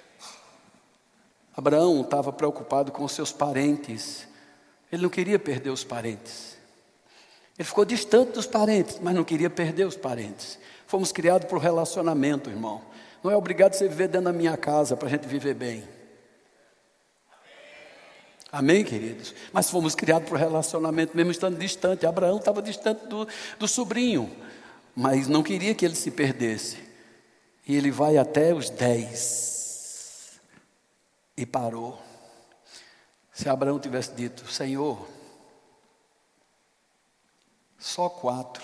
Abraão estava preocupado com os seus parentes. Ele não queria perder os parentes. Ele ficou distante dos parentes, mas não queria perder os parentes. Fomos criados para o relacionamento, irmão. Não é obrigado você viver dentro da minha casa para a gente viver bem. Amém, queridos? Mas fomos criados para o relacionamento, mesmo estando distante. Abraão estava distante do, do sobrinho, mas não queria que ele se perdesse. E ele vai até os dez. E parou. Se Abraão tivesse dito: Senhor, só quatro.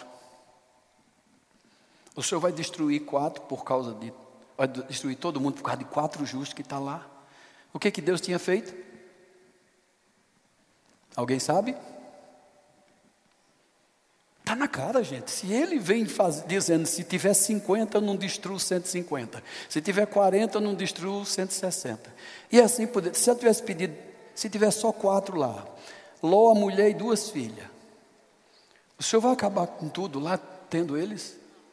O Senhor vai destruir quatro por causa de... Vai destruir todo mundo por causa de quatro justos que está lá. O que que Deus tinha feito? Alguém sabe? Está na cara, gente. Se ele vem faz, dizendo: se tiver cinquenta, eu não destruo cento e cinquenta. Se tiver quarenta, eu não destruo cento e sessenta. E assim, se eu tivesse pedido, se tiver só quatro lá, Ló, a mulher e duas filhas, o Senhor vai acabar com tudo lá, tendo eles?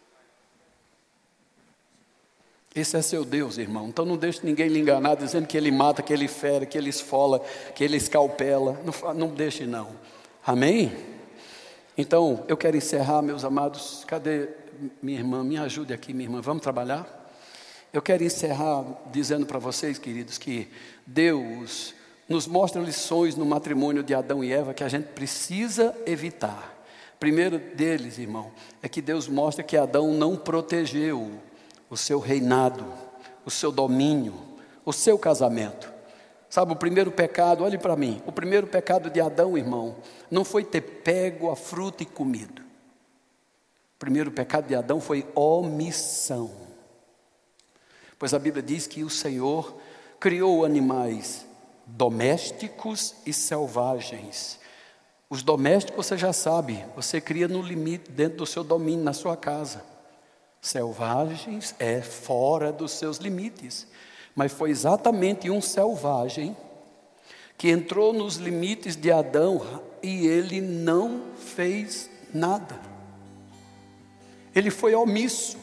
Esse é seu Deus, irmão. Então não deixe ninguém lhe enganar, dizendo que ele mata, que ele fere, que ele esfola, que ele escalpela. Não, não deixe não. Amém? Então, eu quero encerrar, meus amados. Cadê minha irmã? Me ajude aqui, minha irmã. Vamos trabalhar? Eu quero encerrar dizendo para vocês, queridos, que Deus nos mostra lições no matrimônio de Adão e Eva que a gente precisa evitar. Primeiro deles, irmão, é que Deus mostra que Adão não protegeu o seu reinado, o seu domínio, o seu casamento. Sabe, o primeiro pecado, olhe para mim, o primeiro pecado de Adão, irmão, não foi ter pego a fruta e comido. O primeiro pecado de Adão foi omissão. Pois a Bíblia diz que o Senhor criou animais domésticos e selvagens. Os domésticos você já sabe, você cria no limite, dentro do seu domínio, na sua casa. Selvagens é fora dos seus limites. Mas foi exatamente um selvagem que entrou nos limites de Adão e ele não fez nada. Ele foi omisso.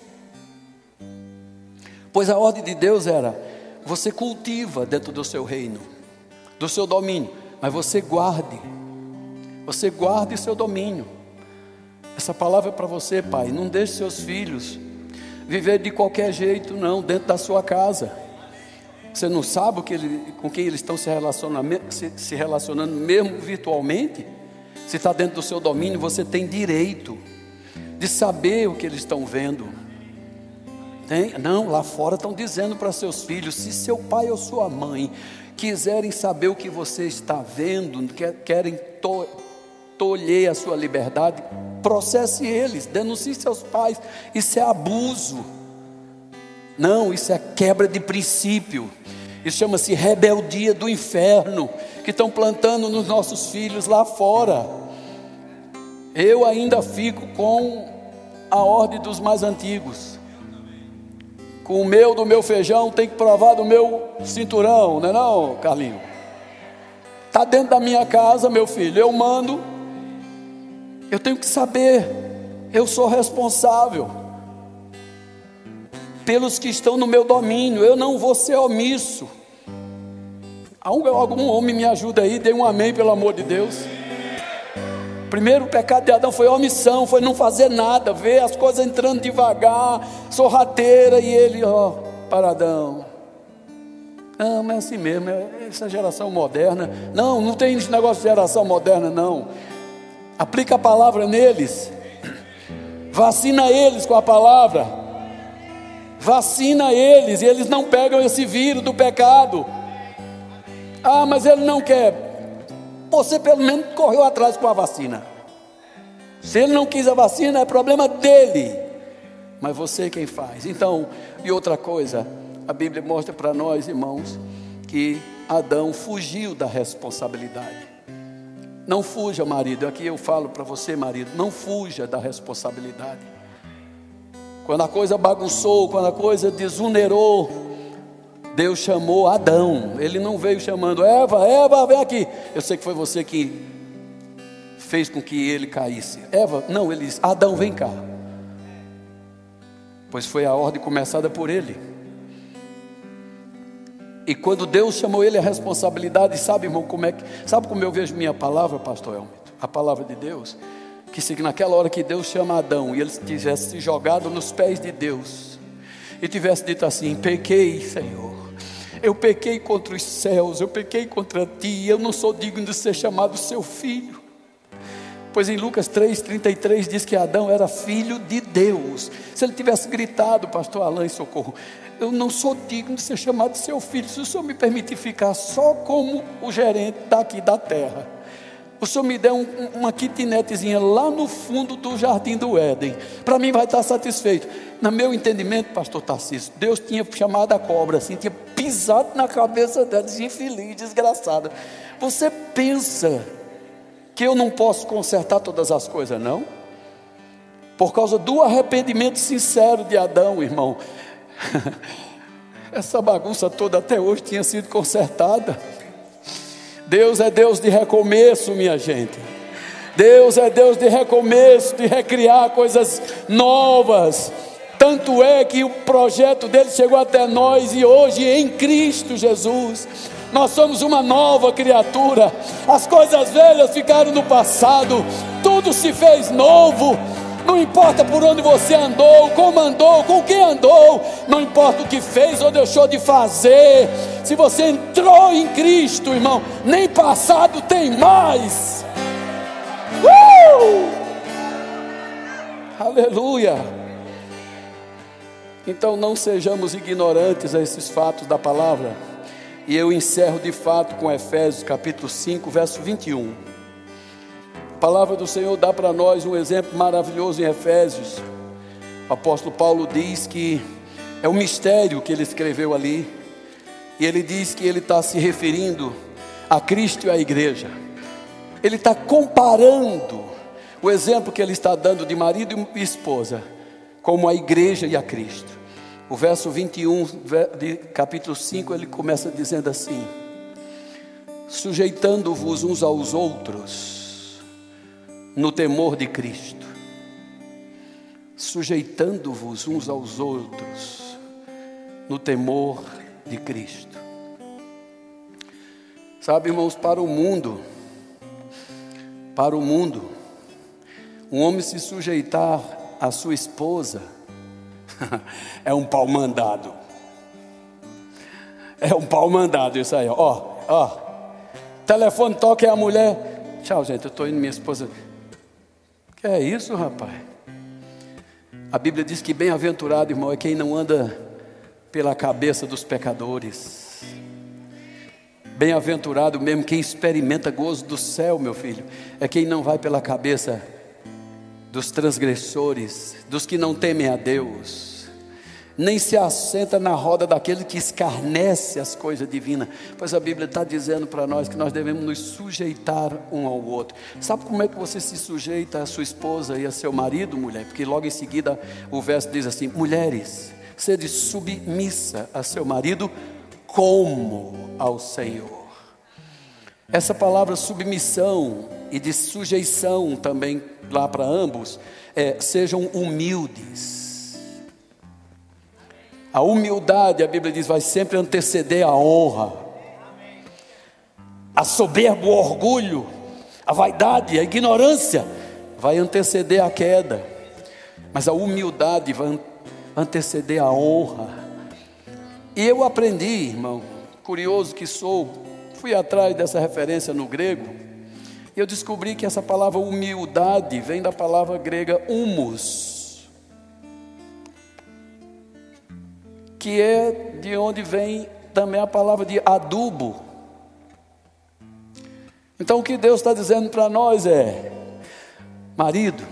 Pois a ordem de Deus era: você cultiva dentro do seu reino, do seu domínio, mas você guarde. Você guarde seu domínio. Essa palavra é para você, pai. Não deixe seus filhos viver de qualquer jeito, não, dentro da sua casa. Você não sabe o que ele, com quem eles estão se relacionando, se, se relacionando, mesmo virtualmente? Se está dentro do seu domínio, você tem direito de saber o que eles estão vendo. Tem? Não, lá fora estão dizendo para seus filhos: se seu pai ou sua mãe quiserem saber o que você está vendo, querem to, tolher a sua liberdade, processe eles, denuncie seus pais. Isso é abuso. Não, isso é quebra de princípio. Isso chama-se rebeldia do inferno, que estão plantando nos nossos filhos lá fora. Eu ainda fico com a ordem dos mais antigos, com o meu do meu feijão, tem que provar do meu cinturão, não é não, Carlinho? Está dentro da minha casa, meu filho, eu mando, eu tenho que saber, eu sou responsável pelos que estão no meu domínio, eu não vou ser omisso. Algum homem me ajuda aí, dê um amém pelo amor de Deus. Primeiro o pecado de Adão foi omissão, foi não fazer nada, ver as coisas entrando devagar, sorrateira, e ele, ó, paradão. Não, mas é assim mesmo, é essa geração moderna. Não, não tem esse negócio de geração moderna, não. Aplica a palavra neles, vacina eles com a palavra, vacina eles, e eles não pegam esse vírus do pecado. Ah, mas ele não quer. Você pelo menos correu atrás com a vacina. Se ele não quis a vacina, é problema dele, mas você quem faz. Então, e outra coisa, a Bíblia mostra para nós, irmãos, que Adão fugiu da responsabilidade. Não fuja, marido, aqui eu falo para você, marido, não fuja da responsabilidade. Quando a coisa bagunçou, quando a coisa desunerou, Deus chamou Adão. Ele não veio chamando Eva, Eva, vem aqui. Eu sei que foi você que fez com que ele caísse. Eva, não, ele disse, Adão, vem cá. Pois foi a ordem começada por ele. E quando Deus chamou ele, a responsabilidade, sabe, irmão, como é que, sabe como eu vejo minha palavra, pastor Elmito? A palavra de Deus, que se naquela hora que Deus chama Adão, e ele tivesse se jogado nos pés de Deus, e tivesse dito assim, pequei, Senhor, eu pequei contra os céus, eu pequei contra ti, eu não sou digno de ser chamado seu filho. Pois em Lucas três, trinta e três diz que Adão era filho de Deus. Se ele tivesse gritado, pastor Alain, socorro, eu não sou digno de ser chamado seu filho, se o senhor me permitir ficar só como o gerente daqui da terra, o senhor me der um, uma kitnetezinha lá no fundo do jardim do Éden, para mim vai estar satisfeito. No meu entendimento, pastor Tarcísio, Deus tinha chamado a cobra assim, tinha pisado na cabeça dela, de infeliz, desgraçada. Você pensa que eu não posso consertar todas as coisas, não? Por causa do arrependimento sincero de Adão, irmão, essa bagunça toda até hoje tinha sido consertada. Deus é Deus de recomeço, minha gente. Deus é Deus de recomeço, de recriar coisas novas. Tanto é que o projeto dele chegou até nós, e hoje em Cristo Jesus nós somos uma nova criatura. As coisas velhas ficaram no passado, tudo se fez novo. Não importa por onde você andou, como andou, com quem andou, não importa o que fez ou deixou de fazer, se você entrou em Cristo, irmão, nem passado tem mais. uh! Aleluia. Então não sejamos ignorantes a esses fatos da palavra. E eu encerro de fato com Efésios capítulo cinco, verso vinte e um. A palavra do Senhor dá para nós um exemplo maravilhoso em Efésios. O apóstolo Paulo diz que é um mistério que ele escreveu ali, e ele diz que ele está se referindo a Cristo e à igreja. Ele está comparando o exemplo que ele está dando de marido e esposa como a igreja e a Cristo. O verso vinte e um de capítulo cinco, ele começa dizendo assim: sujeitando-vos uns aos outros no temor de Cristo. Sujeitando-vos uns aos outros no temor de Cristo. Sabe, irmãos, para o mundo, para o mundo, um homem se sujeitar à sua esposa é um pau mandado. É um pau mandado isso aí, ó, ó. Telefone toca, é a mulher. Tchau, gente, eu estou indo, minha esposa. Que é isso, rapaz? A Bíblia diz que bem-aventurado, irmão, é quem não anda pela cabeça dos pecadores. Bem-aventurado mesmo quem experimenta gozo do céu, meu filho, é quem não vai pela cabeça dos transgressores, dos que não temem a Deus, nem se assenta na roda daquele que escarnece as coisas divinas. Pois a Bíblia está dizendo para nós que nós devemos nos sujeitar um ao outro. Sabe como é que você se sujeita à sua esposa e a seu marido, mulher? Porque logo em seguida o verso diz assim: mulheres, sede submissa a seu marido como ao Senhor. Essa palavra submissão e de sujeição também lá para ambos, é, sejam humildes. A humildade, a Bíblia diz, vai sempre anteceder a honra. A soberba, o orgulho, a vaidade, a ignorância vai anteceder a queda. Mas a humildade vai anteceder a honra. E eu aprendi, irmão, curioso que sou, fui atrás dessa referência no grego, e eu descobri que essa palavra humildade vem da palavra grega humus, que é de onde vem também a palavra de adubo. Então o que Deus está dizendo para nós é: marido,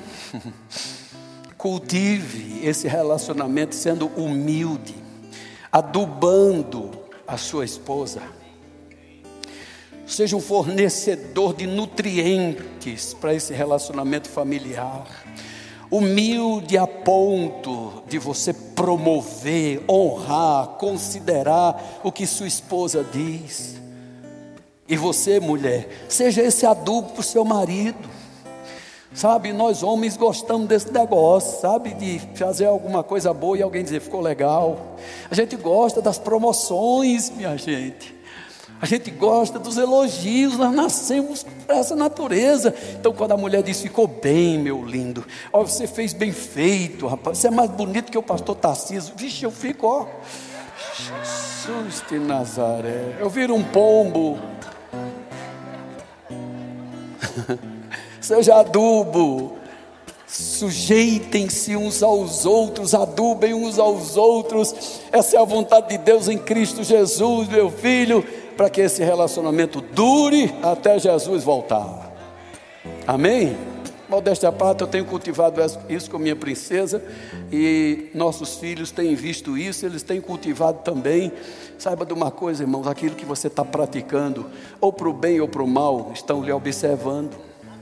cultive esse relacionamento sendo humilde, adubando a sua esposa. Seja um fornecedor de nutrientes para esse relacionamento familiar. Humilde a ponto de você promover, honrar, considerar o que sua esposa diz. E você, mulher, seja esse adubo para o seu marido. Sabe, nós homens gostamos desse negócio, sabe, de fazer alguma coisa boa e alguém dizer, ficou legal. A gente gosta das promoções, minha gente. A gente gosta dos elogios, nós nascemos para essa natureza. Então quando a mulher diz, ficou bem, meu lindo, ó, você fez bem feito, rapaz, você é mais bonito que o pastor Tarcísio. Vixe, eu fico, ó, Jesus de Nazaré, eu viro um pombo. Seja adubo, sujeitem-se uns aos outros, adubem uns aos outros. Essa é a vontade de Deus em Cristo Jesus, meu filho, para que esse relacionamento dure até Jesus voltar. Amém? Modéstia à parte, eu tenho cultivado isso com minha princesa, e nossos filhos têm visto isso, eles têm cultivado também. Saiba de uma coisa, irmãos, aquilo que você está praticando, ou para o bem ou para o mal, estão lhe observando.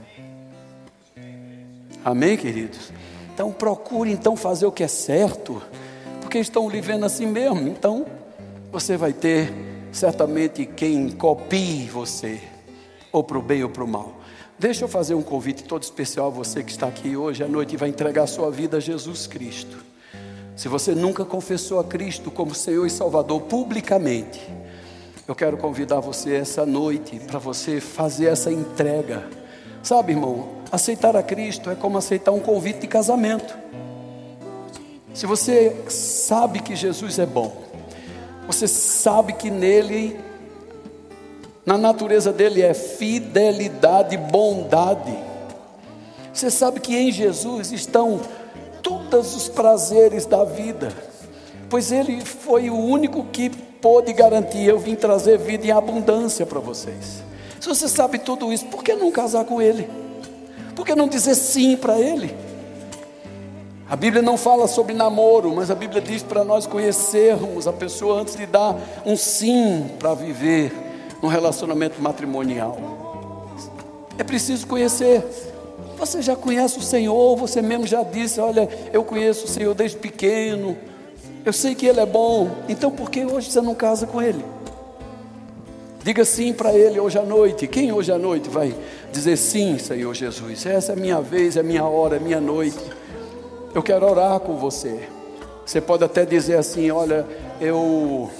Amém, queridos? Então procure então fazer o que é certo, porque estão lhe vendo assim mesmo. Então você vai ter certamente quem copie você, ou para o bem ou para o mal. Deixa eu fazer um convite todo especial a você que está aqui hoje à noite e vai entregar a sua vida a Jesus Cristo. Se você nunca confessou a Cristo como Senhor e Salvador publicamente, eu quero convidar você essa noite para você fazer essa entrega. Sabe, irmão, aceitar a Cristo é como aceitar um convite de casamento. Se você sabe que Jesus é bom, você sabe que nele, na natureza dele é fidelidade, bondade. Você sabe que em Jesus estão todos os prazeres da vida, pois ele foi o único que pôde garantir, eu vim trazer vida em abundância para vocês. Se você sabe tudo isso, por que não casar com ele? Por que não dizer sim para ele? A Bíblia não fala sobre namoro, mas a Bíblia diz para nós conhecermos a pessoa antes de dar um sim para viver um relacionamento matrimonial. É preciso conhecer. Você já conhece o Senhor, você mesmo já disse, olha, eu conheço o Senhor desde pequeno, eu sei que Ele é bom, então por que hoje você não casa com Ele? Diga sim para Ele hoje à noite. Quem hoje à noite vai dizer sim, Senhor Jesus? Essa é a minha vez, é a minha hora, é a minha noite. Eu quero orar com você. Você pode até dizer assim, olha, eu,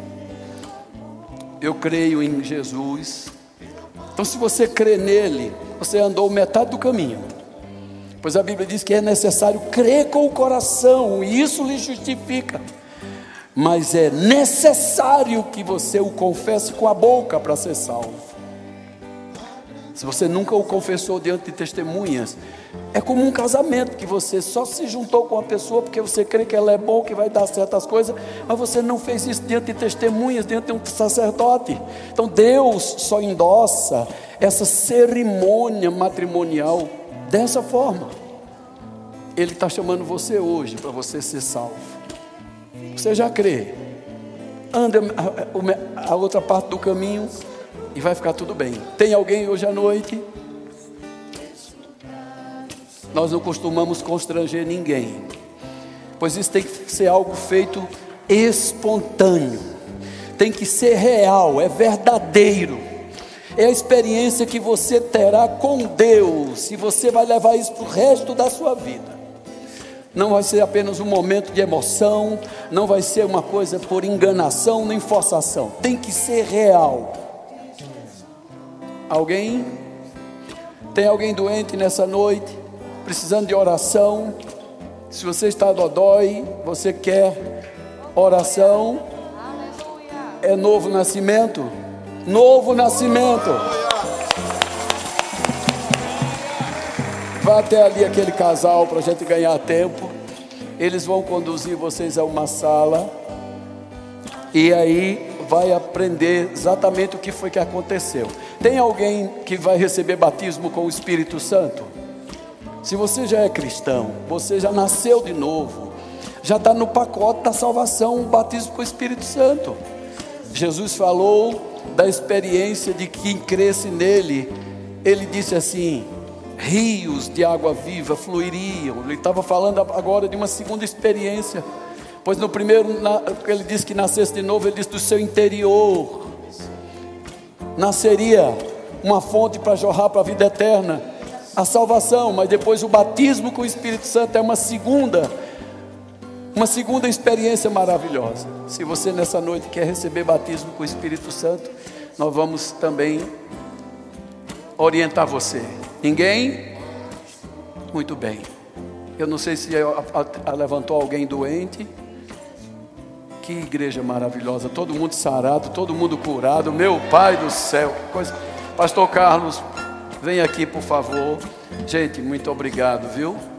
eu creio em Jesus. Então se você crê nele, você andou metade do caminho. Pois a Bíblia diz que é necessário crer com o coração, e isso lhe justifica. Mas é necessário que você o confesse com a boca para ser salvo. Se você nunca o confessou diante de testemunhas, é como um casamento, que você só se juntou com a pessoa porque você crê que ela é boa, que vai dar certas coisas, mas você não fez isso diante de testemunhas, diante de um sacerdote. Então Deus só endossa essa cerimônia matrimonial dessa forma. Ele está chamando você hoje para você ser salvo. Você já crê? Anda a, a outra parte do caminho e vai ficar tudo bem. Tem alguém hoje à noite? Nós não costumamos constranger ninguém, pois isso tem que ser algo feito espontâneo, tem que ser real, é verdadeiro, é a experiência que você terá com Deus, e você vai levar isso para o resto da sua vida. Não vai ser apenas um momento de emoção, não vai ser uma coisa por enganação nem forçação, tem que ser real. Alguém? Tem alguém doente nessa noite, precisando de oração? Se você está dodói, você quer oração, é novo nascimento, novo nascimento. Vá até ali aquele casal para a gente ganhar tempo. Eles vão conduzir vocês a uma sala, e aí vai aprender exatamente o que foi que aconteceu. Tem alguém que vai receber batismo com o Espírito Santo? Se você já é cristão, você já nasceu de novo, já está no pacote da salvação, o batismo com o Espírito Santo. Jesus falou da experiência de quem cresce nele. Ele disse assim: rios de água viva fluiriam. Ele estava falando agora de uma segunda experiência, pois no primeiro ele disse que nascesse de novo, ele disse do seu interior nasceria uma fonte para jorrar para a vida eterna, a salvação. Mas depois o batismo com o Espírito Santo é uma segunda uma segunda experiência maravilhosa. Se você nessa noite quer receber batismo com o Espírito Santo, nós vamos também orientar você. Ninguém? Muito bem. Eu não sei se a, a, a levantou alguém doente. Que igreja maravilhosa, todo mundo sarado, todo mundo curado, meu Pai do céu, que coisa. Pastor Carlos, vem aqui por favor. Gente, muito obrigado, viu?